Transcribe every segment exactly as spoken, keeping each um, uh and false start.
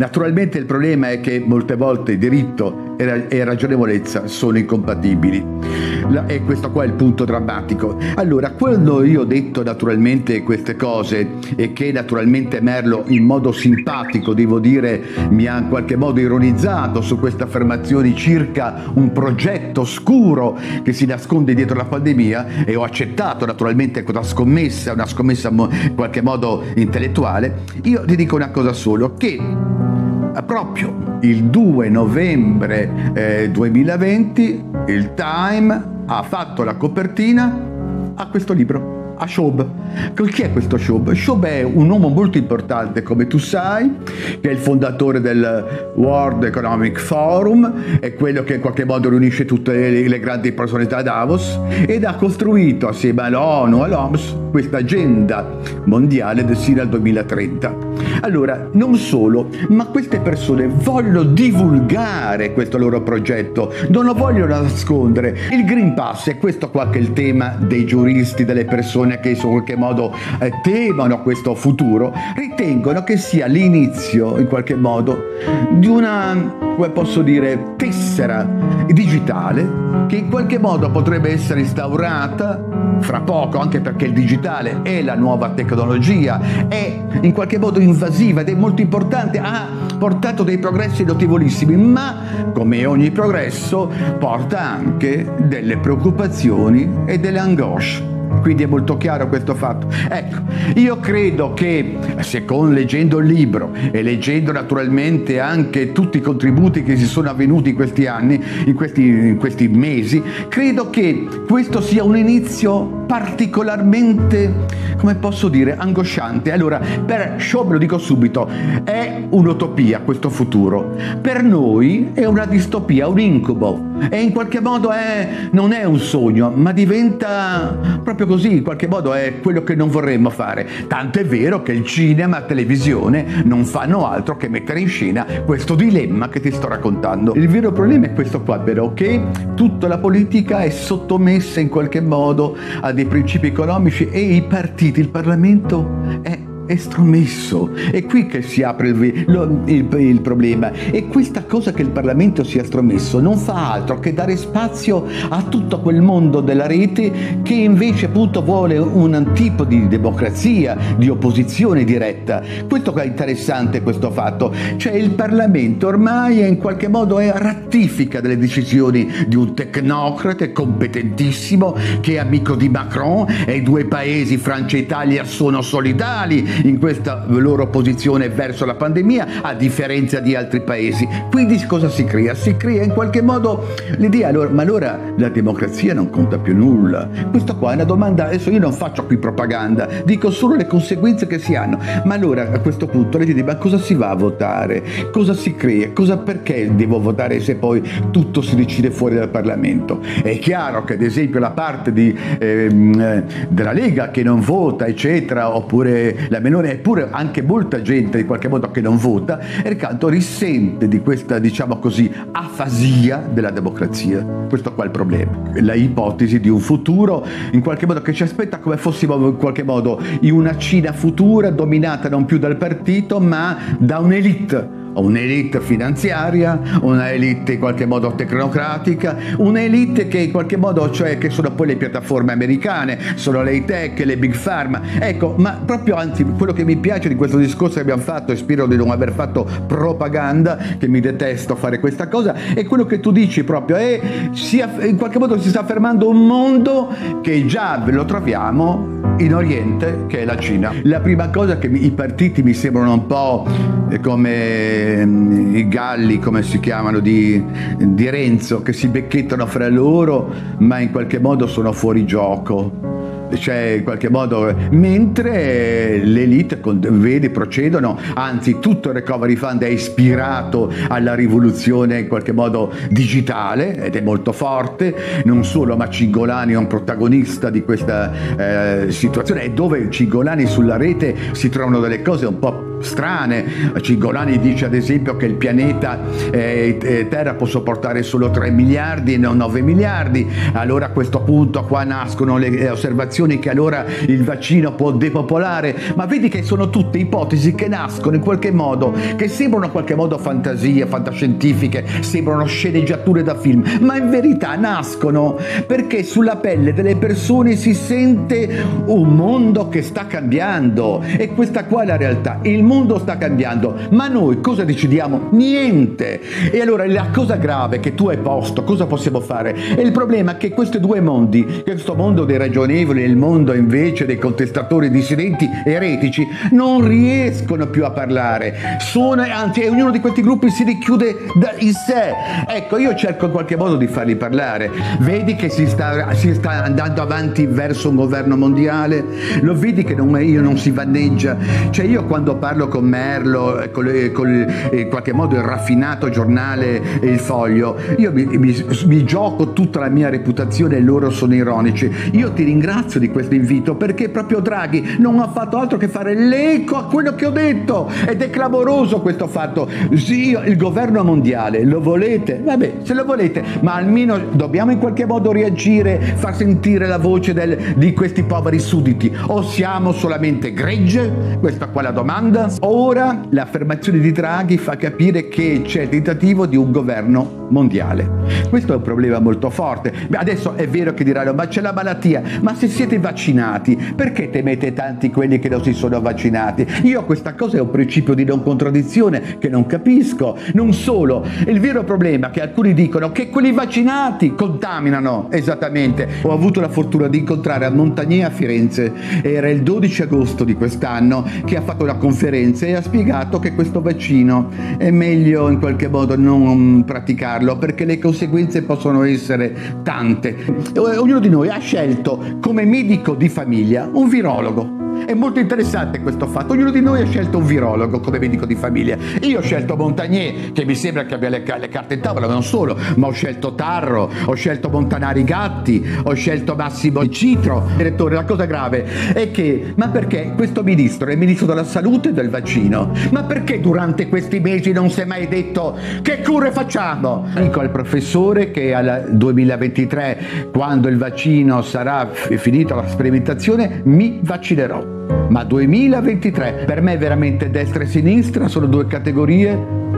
Naturalmente il problema è che molte volte diritto e ragionevolezza sono incompatibili. E questo qua è il punto drammatico. Allora, quando io ho detto naturalmente queste cose e che naturalmente Merlo in modo simpatico, devo dire, mi ha in qualche modo ironizzato su queste affermazioni circa un progetto oscuro che si nasconde dietro la pandemia, e ho accettato naturalmente questa scommessa, una scommessa in qualche modo intellettuale, io ti dico una cosa solo, che proprio il due novembre eh, duemilaventi il Time ha fatto la copertina a questo libro, a Schaub. Chi è questo Schaub? Schaub è un uomo molto importante, come tu sai, che è il fondatore del World Economic Forum, è quello che in qualche modo riunisce tutte le, le grandi personalità a Davos, ed ha costruito assieme all'ONU, all'O M S, questa agenda mondiale del sino al duemilatrenta. Allora, non solo, ma queste persone vogliono divulgare questo loro progetto, non lo vogliono nascondere. Il Green Pass, è questo qua che è il tema dei giuristi, delle persone che in qualche modo eh, temono questo futuro, ritengono che sia l'inizio, in qualche modo, di una, come posso dire, tessera digitale che in qualche modo potrebbe essere instaurata fra poco, anche perché il digitale è la nuova tecnologia, è in qualche modo invasiva ed è molto importante, ha portato dei progressi notevolissimi, ma come ogni progresso porta anche delle preoccupazioni e delle angosce. Quindi è molto chiaro questo fatto. Ecco, io credo che, secondo leggendo il libro e leggendo naturalmente anche tutti i contributi che si sono avvenuti in questi anni, in questi, in questi mesi, credo che questo sia un inizio particolarmente, come posso dire, angosciante. Allora, per Schaub, lo dico subito, è un'utopia questo futuro. Per noi è una distopia, un incubo. E in qualche modo è, non è un sogno, ma diventa proprio così, in qualche modo è quello che non vorremmo fare. Tanto è vero che il cinema e la televisione non fanno altro che mettere in scena questo dilemma che ti sto raccontando. Il vero problema è questo qua, però, che tutta la politica è sottomessa in qualche modo a dei principi economici e i partiti, il Parlamento è estromesso. È qui che si apre il, lo, il, il problema. E questa cosa che il Parlamento sia estromesso non fa altro che dare spazio a tutto quel mondo della rete che invece appunto vuole un tipo di democrazia, di opposizione diretta. Questo che è interessante, questo fatto, cioè il Parlamento ormai è in qualche modo è ratifica delle decisioni di un tecnocrate competentissimo che è amico di Macron, e i due paesi, Francia e Italia, sono solidali in questa loro posizione verso la pandemia, a differenza di altri paesi. Quindi cosa si crea? Si crea in qualche modo l'idea, allora, ma allora la democrazia non conta più nulla? Questa qua è una domanda, adesso io non faccio qui propaganda, dico solo le conseguenze che si hanno. Ma allora a questo punto lei dice, ma cosa si va a votare? Cosa si crea? Cosa, perché devo votare se poi tutto si decide fuori dal Parlamento? È chiaro che ad esempio la parte di, ehm, della Lega che non vota, eccetera, oppure la eppure anche molta gente in qualche modo che non vota, e canto risente di questa, diciamo così, afasia della democrazia. Questo qua è il problema, la ipotesi di un futuro in qualche modo che ci aspetta come fossimo in qualche modo in una Cina futura dominata non più dal partito ma da un'elite, un'elite finanziaria, una elite in qualche modo tecnocratica, un'elite che in qualche modo, cioè che sono poi le piattaforme americane, sono le tech, le big pharma. Ecco, ma proprio anzi, quello che mi piace di questo discorso che abbiamo fatto, e spero di non aver fatto propaganda, che mi detesto fare questa cosa, è quello che tu dici proprio, è, si, in qualche modo si sta affermando un mondo che già ve lo troviamo in Oriente, che è la Cina. La prima cosa che mi, i partiti mi sembrano un po' come i galli, come si chiamano, di, di Renzo, che si becchettano fra loro ma in qualche modo sono fuori gioco. Cioè in qualche modo, mentre l'elite vedi procedono, anzi tutto il recovery fund è ispirato alla rivoluzione in qualche modo digitale ed è molto forte, non solo, ma Cingolani è un protagonista di questa eh, situazione, e dove Cingolani sulla rete si trovano delle cose un po' strane. Cingolani dice ad esempio che il pianeta eh, Terra può sopportare solo tre miliardi e non nove miliardi, allora a questo punto qua nascono le, le osservazioni che allora il vaccino può depopolare, ma vedi che sono tutte ipotesi che nascono in qualche modo, che sembrano in qualche modo fantasie, fantascientifiche, sembrano sceneggiature da film, ma in verità nascono perché sulla pelle delle persone si sente un mondo che sta cambiando, e questa qua è la realtà. Il mondo sta cambiando, ma noi cosa decidiamo? Niente. E allora la cosa grave che tu hai posto, cosa possiamo fare? E il problema è che questi due mondi, questo mondo dei ragionevoli e il mondo invece dei contestatori dissidenti eretici, non riescono più a parlare, sono, anzi ognuno di questi gruppi si richiude in sé. Ecco, io cerco in qualche modo di farli parlare. Vedi che si sta, si sta andando avanti verso un governo mondiale? Lo vedi che non, io non si vanneggia? Cioè io quando parlo con Merlo, con, con in qualche modo il raffinato giornale Il Foglio, io mi, mi, mi gioco tutta la mia reputazione e loro sono ironici. Io ti ringrazio di questo invito, perché proprio Draghi non ha fatto altro che fare l'eco a quello che ho detto, ed è clamoroso questo fatto. Sì, il governo mondiale lo volete? Vabbè, se lo volete, ma almeno dobbiamo in qualche modo reagire, far sentire la voce del, di questi poveri sudditi, o siamo solamente gregge? Questa qua è la domanda. Ora l'affermazione di Draghi fa capire che c'è il tentativo di un governo mondiale. Questo è un problema molto forte. Beh, adesso è vero che diranno ma c'è la malattia, ma se siete vaccinati perché temete tanti quelli che non si sono vaccinati? Io questa cosa è un principio di non contraddizione che non capisco. Non solo, il vero problema è che alcuni dicono che quelli vaccinati contaminano. Esattamente. Ho avuto la fortuna di incontrare a Montagnier a Firenze, era il dodici agosto di quest'anno, che ha fatto una conferenza e ha spiegato che questo vaccino è meglio in qualche modo non praticarlo perché le conseguenze possono essere tante. Ognuno di noi ha scelto come medico di famiglia un virologo. È molto interessante questo fatto. Ognuno di noi ha scelto un virologo come medico di famiglia. Io ho scelto Montagnier, che mi sembra che abbia le, le carte in tavola, non solo, ma ho scelto Tarro, ho scelto Montanari Gatti, ho scelto Massimo Citro. Direttore, la cosa grave è che, ma perché questo ministro è ministro della salute e del vaccino? Ma perché durante questi mesi non si è mai detto che cure facciamo? Dico al professore che al duemilaventitré, quando il vaccino sarà finita la sperimentazione, mi vaccinerò. Ma duemilaventitré per me veramente destra e sinistra sono due categorie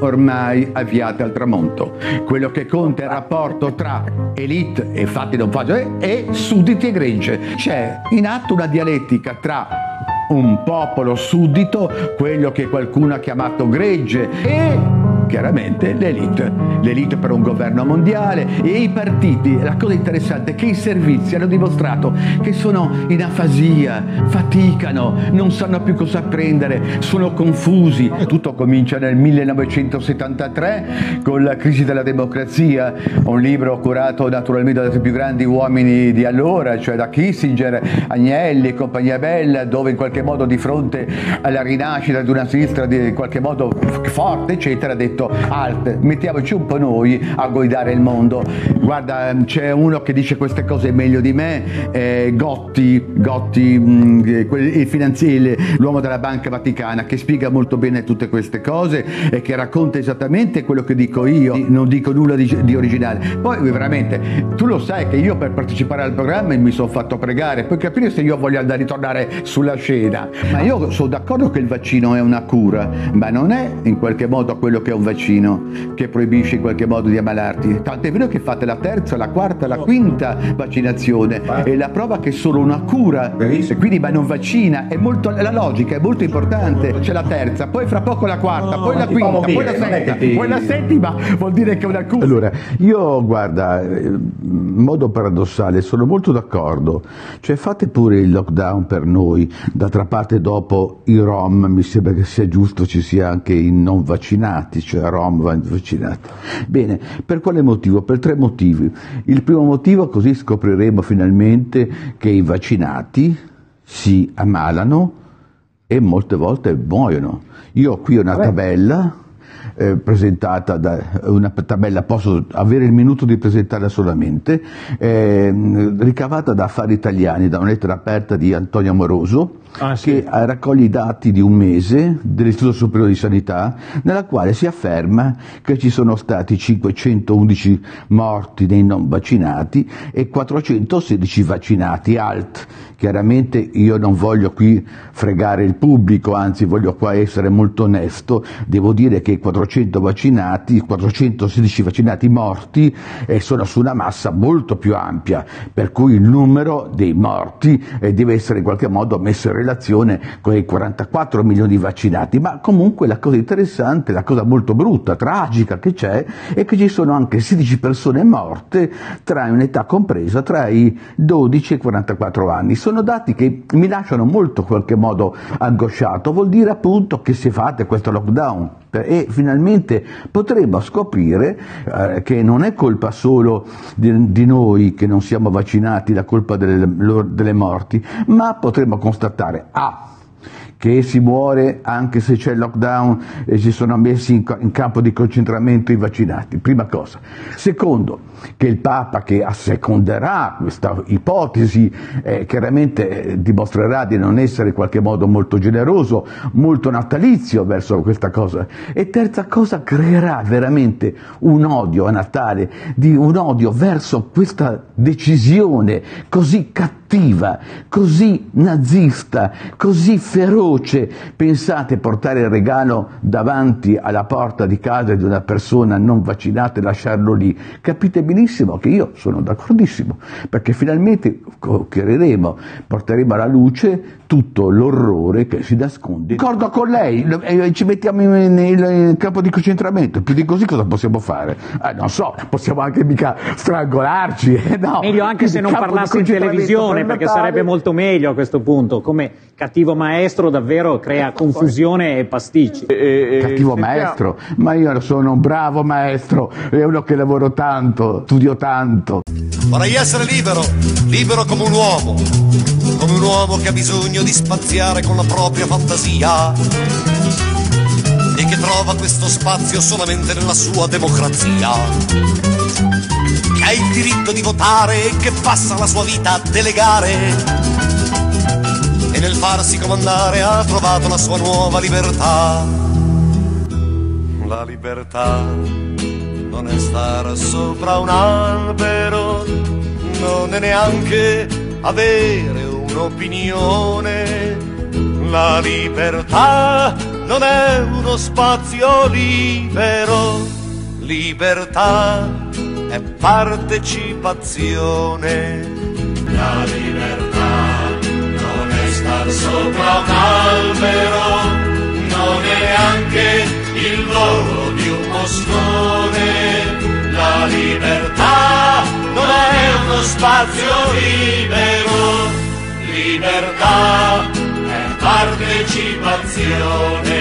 ormai avviate al tramonto. Quello che conta è il rapporto tra elite e fatti non faccio eh, e sudditi e gregge. C'è in atto una dialettica tra un popolo suddito, quello che qualcuno ha chiamato gregge, e chiaramente l'elite, l'elite per un governo mondiale, e i partiti. La cosa interessante è che i servizi hanno dimostrato che sono in afasia, faticano, non sanno più cosa prendere, sono confusi. Tutto comincia nel millenovecentosettantatré con la crisi della democrazia, un libro curato naturalmente dai più grandi uomini di allora, cioè da Kissinger, Agnelli e compagnia bella, dove in qualche modo di fronte alla rinascita di una sinistra di qualche modo forte eccetera ha detto alt, mettiamoci un po' noi a guidare il mondo. Guarda, c'è uno che dice queste cose meglio di me, eh, Gotti, Gotti mh, il finanziere, l'uomo della Banca Vaticana, che spiega molto bene tutte queste cose e che racconta esattamente quello che dico io, non dico nulla di, di originale. Poi veramente, tu lo sai che io per partecipare al programma mi sono fatto pregare, puoi capire se io voglio andare a ritornare sulla scena. Ma io sono d'accordo che il vaccino è una cura, ma non è in qualche modo quello che è un vaccino che proibisce in qualche modo di ammalarti. Tanto è vero che fate la terza, la quarta, la quinta vaccinazione e la prova che è solo una cura, e quindi ma non vaccina. È molto, la logica è molto importante. C'è la terza, poi fra poco la quarta, poi la quinta, poi la sesta, poi la settima, vuol dire che è una cura. Allora, io guarda, in modo paradossale sono molto d'accordo, cioè fate pure il lockdown per noi, d'altra parte dopo i Rom mi sembra che sia giusto ci sia anche i non vaccinati, cioè Rom vaccinati. Bene, per quale motivo? Per tre motivi. Il primo motivo, così scopriremo finalmente che i vaccinati si ammalano e molte volte muoiono. Io ho qui una tabella eh, presentata da una tabella, posso avere il minuto di presentarla solamente, eh, ricavata da Affari Italiani, da una lettera aperta di Antonio Amoroso, ah, sì. che raccoglie i dati di un mese dell'Istituto Superiore di Sanità, nella quale si afferma che ci sono stati cinquecentoundici morti dei non vaccinati e quattrocentosedici vaccinati, alt. Chiaramente io non voglio qui fregare il pubblico, anzi voglio qua essere molto onesto, devo dire che i quattrocento vaccinati, quattrocentosedici vaccinati morti eh, sono su una massa molto più ampia, per cui il numero dei morti eh, deve essere in qualche modo messo in relazione con i quarantaquattro milioni di vaccinati, ma comunque la cosa interessante, la cosa molto brutta, tragica che c'è, è che ci sono anche sedici persone morte tra un'età compresa tra i dodici e i quarantaquattro anni. Sono dati che mi lasciano molto in qualche modo angosciato, vuol dire appunto che se fate questo lockdown e finalmente potremo scoprire eh, che non è colpa solo di, di noi che non siamo vaccinati la colpa delle, delle morti, ma potremo constatare A, che si muore anche se c'è il lockdown e si sono messi in, in campo di concentramento i vaccinati, prima cosa. Secondo, che il Papa, che asseconderà questa ipotesi, eh, chiaramente eh, dimostrerà di non essere in qualche modo molto generoso, molto natalizio verso questa cosa. E terza cosa, creerà veramente un odio a Natale, di un odio verso questa decisione così cattiva, così nazista, così feroce. Pensate, portare il regalo davanti alla porta di casa di una persona non vaccinata e lasciarlo lì. Capite benissimo che io sono d'accordissimo, perché finalmente chiariremo, porteremo alla luce tutto l'orrore che si nasconde. D'accordo con lei, eh, ci mettiamo in, nel campo di concentramento, più di così cosa possiamo fare? Eh, non so, possiamo anche mica strangolarci. Eh, no. Meglio anche se non parlasse in televisione, perché Natale sarebbe molto meglio a questo punto. Come cattivo maestro davvero crea confusione e pasticci. Eh, eh, cattivo sentiamo. maestro? Ma io sono un bravo maestro, è uno che lavoro tanto, studio tanto. Vorrei essere libero, libero come un uomo, come un uomo che ha bisogno di spaziare con la propria fantasia e che trova questo spazio solamente nella sua democrazia, che ha il diritto di votare e che passa la sua vita a delegare e nel farsi comandare ha trovato la sua nuova libertà. La libertà non è stare sopra un albero, non è neanche avere un'opinione. La libertà non è uno spazio libero, libertà è partecipazione. La libertà non è star sopra un albero, non è neanche il volo di un moscone. La libertà non è uno spazio libero, libertà è partecipazione.